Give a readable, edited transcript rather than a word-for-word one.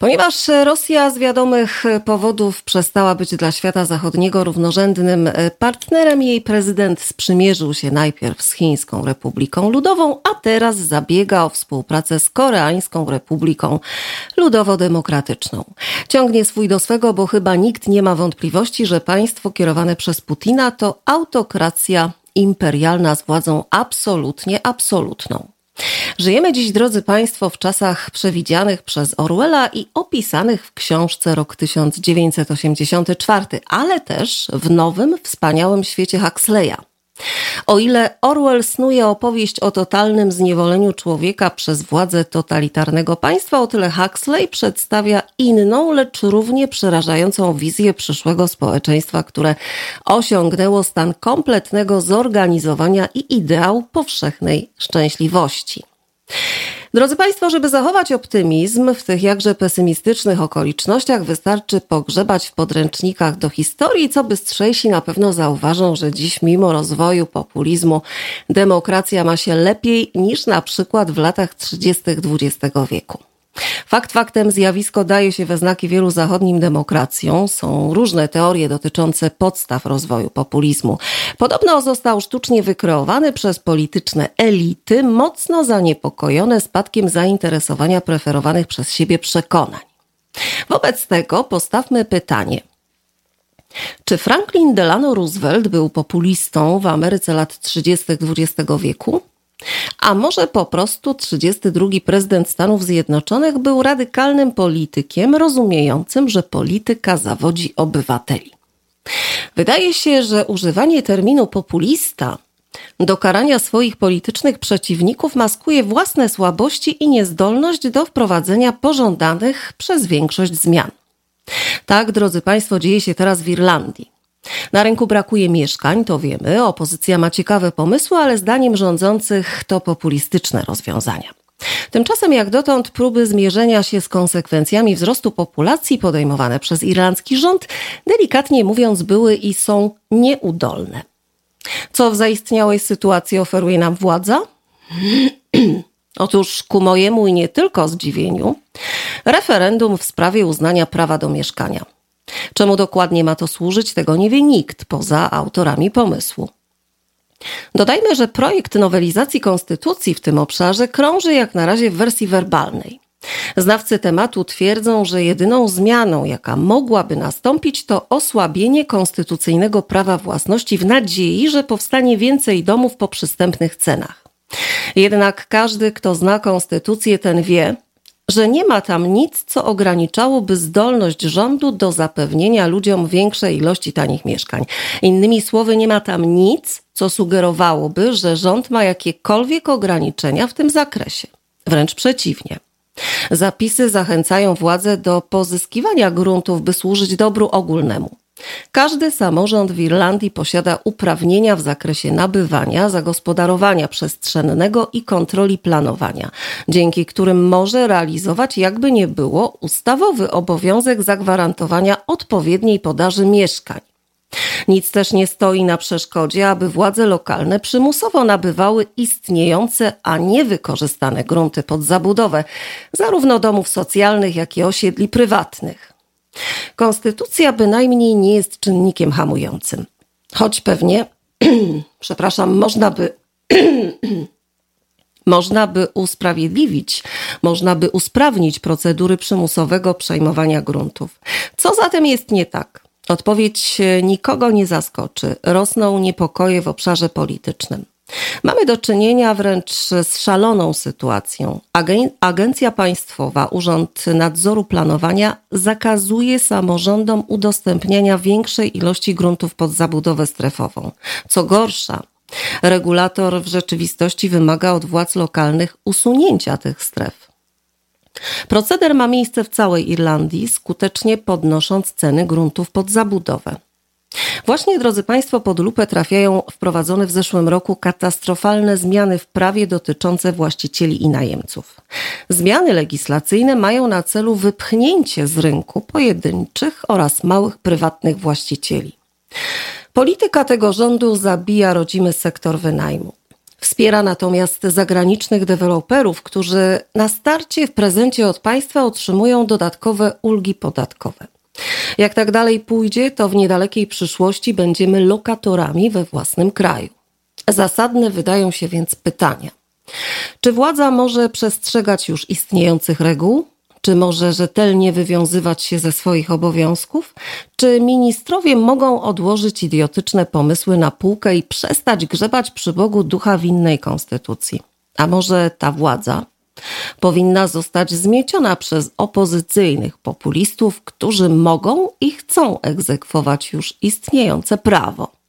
Ponieważ Rosja z wiadomych powodów przestała być dla świata zachodniego równorzędnym partnerem, jej prezydent sprzymierzył się najpierw z Chińską Republiką Ludową, a teraz zabiega o współpracę z Koreańską Republiką Ludowo-Demokratyczną. Ciągnie swój do swego, bo chyba nikt nie ma wątpliwości, że państwo kierowane przez Putina to autokracja imperialna z władzą absolutnie absolutną. Żyjemy dziś, drodzy Państwo, w czasach przewidzianych przez Orwella i opisanych w książce Rok 1984, ale też w nowym, wspaniałym świecie Huxleya. O ile Orwell snuje opowieść o totalnym zniewoleniu człowieka przez władzę totalitarnego państwa, o tyle Huxley przedstawia inną, lecz równie przerażającą wizję przyszłego społeczeństwa, które osiągnęło stan kompletnego zorganizowania i ideał powszechnej szczęśliwości. Drodzy Państwo, żeby zachować optymizm w tych jakże pesymistycznych okolicznościach, wystarczy pogrzebać w podręcznikach do historii, co bystrzejsi na pewno zauważą, że dziś mimo rozwoju populizmu demokracja ma się lepiej niż na przykład w latach 30. XX wieku. Fakt faktem, zjawisko daje się we znaki wielu zachodnim demokracjom. Są różne teorie dotyczące podstaw rozwoju populizmu. Podobno został sztucznie wykreowany przez polityczne elity, mocno zaniepokojone spadkiem zainteresowania preferowanych przez siebie przekonań. Wobec tego postawmy pytanie. Czy Franklin Delano Roosevelt był populistą w Ameryce lat 30. XX wieku? A może po prostu 32. prezydent Stanów Zjednoczonych był radykalnym politykiem rozumiejącym, że polityka zawodzi obywateli. Wydaje się, że używanie terminu populista do karania swoich politycznych przeciwników maskuje własne słabości i niezdolność do wprowadzenia pożądanych przez większość zmian. Tak, drodzy Państwo, dzieje się teraz w Irlandii. Na rynku brakuje mieszkań, to wiemy, opozycja ma ciekawe pomysły, ale zdaniem rządzących to populistyczne rozwiązania. Tymczasem jak dotąd próby zmierzenia się z konsekwencjami wzrostu populacji podejmowane przez irlandzki rząd, delikatnie mówiąc, były i są nieudolne. Co w zaistniałej sytuacji oferuje nam władza? Otóż ku mojemu i nie tylko zdziwieniu, referendum w sprawie uznania prawa do mieszkania. Czemu dokładnie ma to służyć, tego nie wie nikt poza autorami pomysłu. Dodajmy, że projekt nowelizacji konstytucji w tym obszarze krąży jak na razie w wersji werbalnej. Znawcy tematu twierdzą, że jedyną zmianą, jaka mogłaby nastąpić, to osłabienie konstytucyjnego prawa własności w nadziei, że powstanie więcej domów po przystępnych cenach. Jednak każdy, kto zna konstytucję, ten wie, że nie ma tam nic, co ograniczałoby zdolność rządu do zapewnienia ludziom większej ilości tanich mieszkań. Innymi słowy, nie ma tam nic, co sugerowałoby, że rząd ma jakiekolwiek ograniczenia w tym zakresie. Wręcz przeciwnie. Zapisy zachęcają władze do pozyskiwania gruntów, by służyć dobru ogólnemu. Każdy samorząd w Irlandii posiada uprawnienia w zakresie nabywania, zagospodarowania przestrzennego i kontroli planowania, dzięki którym może realizować, jakby nie było, ustawowy obowiązek zagwarantowania odpowiedniej podaży mieszkań. Nic też nie stoi na przeszkodzie, aby władze lokalne przymusowo nabywały istniejące, a niewykorzystane grunty pod zabudowę, zarówno domów socjalnych, jak i osiedli prywatnych. Konstytucja bynajmniej nie jest czynnikiem hamującym. Choć pewnie, można by usprawiedliwić, można by usprawnić procedury przymusowego przejmowania gruntów. Co zatem jest nie tak? Odpowiedź nikogo nie zaskoczy. Rosną niepokoje w obszarze politycznym. Mamy do czynienia wręcz z szaloną sytuacją. Agencja Państwowa, Urząd Nadzoru Planowania zakazuje samorządom udostępniania większej ilości gruntów pod zabudowę strefową. Co gorsza, regulator w rzeczywistości wymaga od władz lokalnych usunięcia tych stref. Proceder ma miejsce w całej Irlandii, skutecznie podnosząc ceny gruntów pod zabudowę. Właśnie, drodzy Państwo, pod lupę trafiają wprowadzone w zeszłym roku katastrofalne zmiany w prawie dotyczące właścicieli i najemców. Zmiany legislacyjne mają na celu wypchnięcie z rynku pojedynczych oraz małych prywatnych właścicieli. Polityka tego rządu zabija rodzimy sektor wynajmu. Wspiera natomiast zagranicznych deweloperów, którzy na starcie w prezencie od państwa otrzymują dodatkowe ulgi podatkowe. Jak tak dalej pójdzie, to w niedalekiej przyszłości będziemy lokatorami we własnym kraju. Zasadne wydają się więc pytania. Czy władza może przestrzegać już istniejących reguł? Czy może rzetelnie wywiązywać się ze swoich obowiązków? Czy ministrowie mogą odłożyć idiotyczne pomysły na półkę i przestać grzebać przy Bogu ducha winnej konstytucji? A może ta władza powinna zostać zmieciona przez opozycyjnych populistów, którzy mogą i chcą egzekwować już istniejące prawo?